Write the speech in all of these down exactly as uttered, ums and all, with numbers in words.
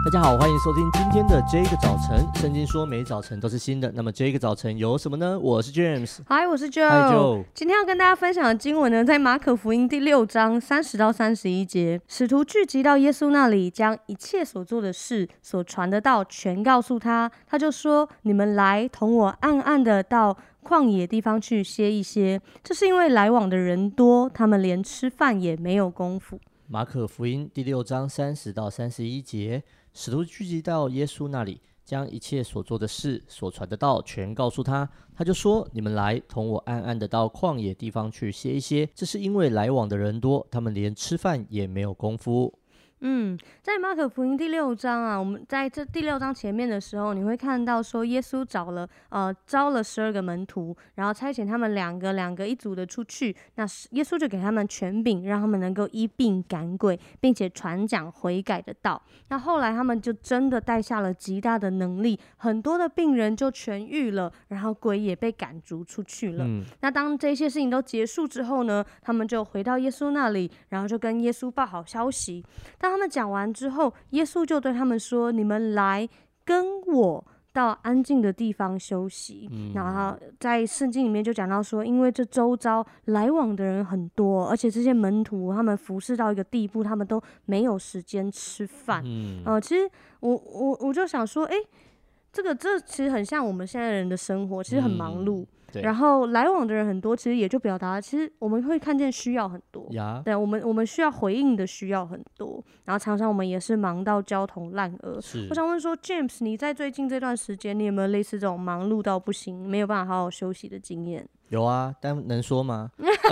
大家好，欢迎收听今天的这个早晨。圣经说每早晨都是新的，那么这个早晨有什么呢？我是 James。 嗨，我是 Joe。 Hi Joe。 今天要跟大家分享的经文呢，在马可福音第六章三十到三十一节。使徒聚集到耶稣那里，将一切所做的事、所传的道全告诉他。他就说：你们来同我暗暗的到旷野地方去歇一歇。这是因为来往的人多，他们连吃饭也没有功夫。 马可福音第六章三十到三十一节，使徒聚集到耶稣那里，将一切所做的事、所传的道全告诉他。他就说：你们来同我暗暗的到旷野地方去歇一歇。这是因为来往的人多，他们连吃饭也没有功夫。 嗯，在马可福音第六章啊，我们在这第六章前面的时候，你会看到说耶稣找了呃招了十二个门徒，然后差遣他们两个两个一组的出去。那耶稣就给他们权柄，让他们能够医病赶鬼，并且传讲悔改的道。那后来他们就真的带下了极大的能力，很多的病人就痊愈了，然后鬼也被赶逐出去了。嗯、那当这些事情都结束之后呢，他们就回到耶稣那里，然后就跟耶稣报好消息。当他们讲完之后，耶稣就对他们说：你们来跟我到安静的地方休息。嗯、然后在圣经里面就讲到说，因为这周遭来往的人很多，而且这些门徒他们服侍到一个地步，他们都没有时间吃饭。嗯、呃，其实我我我就想说，哎，这个这其实很像我们现在人的生活，其实很忙碌。嗯，然后来往的人很多，其实也就表达，其实我们会看见需要很多，对，我们我们需要回应的需要很多，然后常常我们也是忙到焦头烂额。我想问说 ，James， 你在最近这段时间，你有没有类似这种忙碌到不行，没有办法好好休息的经验？ 有啊，但能说吗？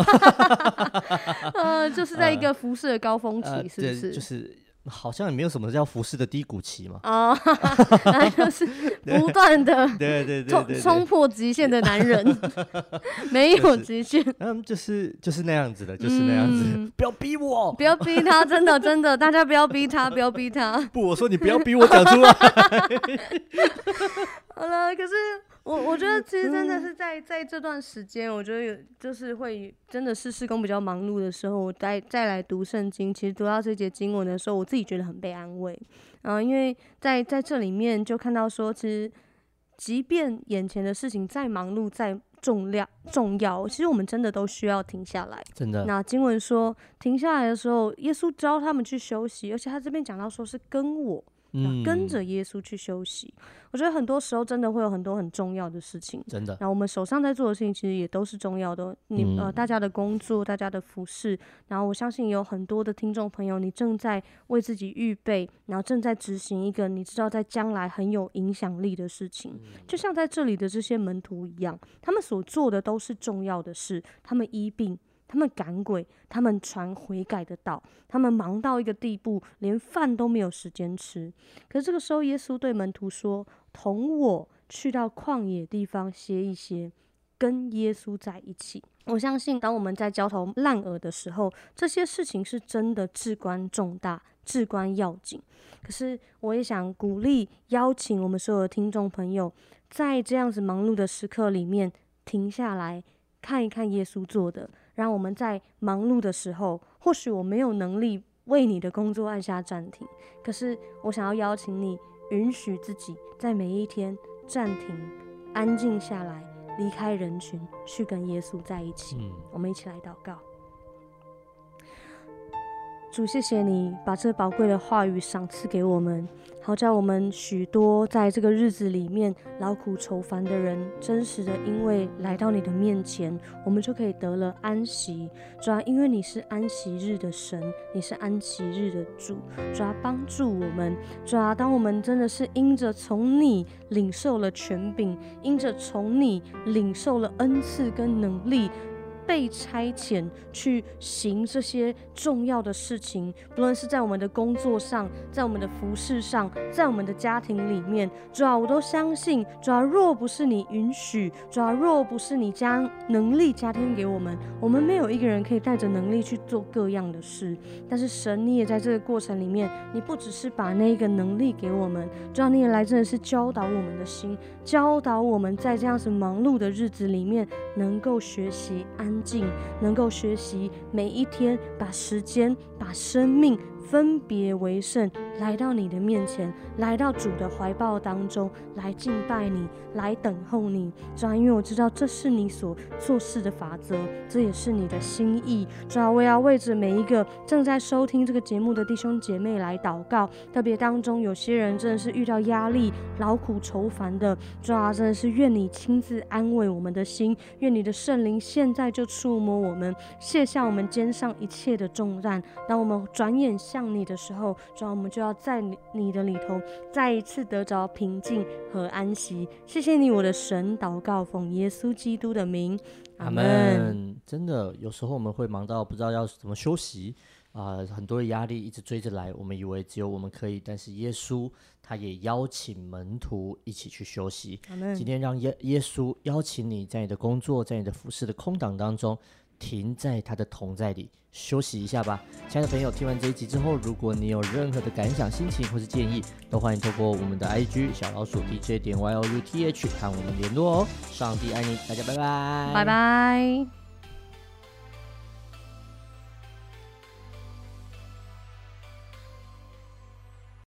呃，就是在一个服侍的高峰期，呃、是不是？ 就是。好像也没有什么叫服侍的低谷期嘛。 哦，那就是不断的对对对冲破极限的男人，没有极限。 嗯，就是就是那样子的，就是那样子。嗯、不要逼我， 不要逼他，真的真的，大家不要逼他，不要逼他。 不，我说你不要逼我讲出来。 好了，可是我我觉得其实真的是在在这段时间，我觉得有就是会真的是事工比较忙碌的时候，我再再来读圣经，其实读到这节经文的时候，我自己觉得很被安慰。嗯、呃，因为在在这里面就看到说，其实即便眼前的事情再忙碌再重要重要，其实我们真的都需要停下来。 真的。 那经文说停下来的时候，耶稣教他们去休息，而且他这边讲到说是跟我。跟着耶稣去休息，我觉得很多时候真的会有很多很重要的事情， 真的。 然后我们手上在做的事情其实也都是重要的，你、嗯、呃大家的工作，大家的服事，然后我相信有很多的听众朋友，你正在为自己预备，然后正在执行一个你知道在将来很有影响力的事情，嗯、就像在这里的这些门徒一样，他们所做的都是重要的事，他们医病。他们赶鬼，他们传悔改的道，他们忙到一个地步，连饭都没有时间吃。可是这个时候，耶稣对门徒说：“同我去到旷野地方歇一歇，跟耶稣在一起。”我相信，当我们在焦头烂额的时候，这些事情是真的至关重大、至关要紧。可是，我也想鼓励、邀请我们所有的听众朋友，在这样子忙碌的时刻里面，停下来看一看耶稣做的。让我们在忙碌的时候，或许我没有能力为你的工作按下暂停，可是我想要邀请你，允许自己在每一天暂停，安静下来，离开人群，去跟耶稣在一起。嗯、我们一起来祷告。主，谢谢你把这宝贵的话语赏赐给我们，好叫我们许多在这个日子里面劳苦愁烦的人，真实的因为来到你的面前，我们就可以得了安息。主啊，因为你是安息日的神，你是安息日的主，主啊，帮助我们。主啊，当我们真的是因着从你领受了权柄，因着从你领受了恩赐跟能力，被差遣去行这些重要的事情，不论是在我们的工作上，在我们的服事上，在我们的家庭里面，主啊，我都相信，主啊，若不是你允许，主啊，若不是你将能力加添给我们，我们没有一个人可以带着能力去做各样的事。但是神，你也在这个过程里面，你不只是把那个能力给我们，主啊，你也来真的是教导我们的心，教导我们在这样子忙碌的日子里面，能够学习安静，能够学习每一天把时间把生命分别为圣， 来到你的面前，来到主的怀抱当中，来敬拜你，来等候你。主啊，因为我知道这是你所做事的法则，这也是你的心意。主啊，我要为着每一个正在收听这个节目的弟兄姐妹来祷告，特别当中有些人真的是遇到压力、劳苦愁烦的，主啊，真的是愿你亲自安慰我们的心，愿你的圣灵现在就触摸我们，卸下我们肩上一切的重担。当我们转眼向你的时候，主啊，我们就要在你的里头再一次得着平静和安息。谢谢你，我的神，祷告奉耶稣基督的名，阿们。 真的，有时候我们会忙到不知道要怎么休息啊、呃，很多的压力一直追着来，我们以为只有我们可以，但是耶稣他也邀请门徒一起去休息。今天让 耶, 耶稣邀请你在你的工作，在你的服事的空档当中，停在他的同在里休息一下吧。亲爱的朋友，听完这一集之后，如果你有任何的感想、心情或是建议，都欢迎透过我们的 I G 小老鼠 D J 点 Y O U T H 和我们联络哦。上帝爱你，大家拜拜， 拜拜。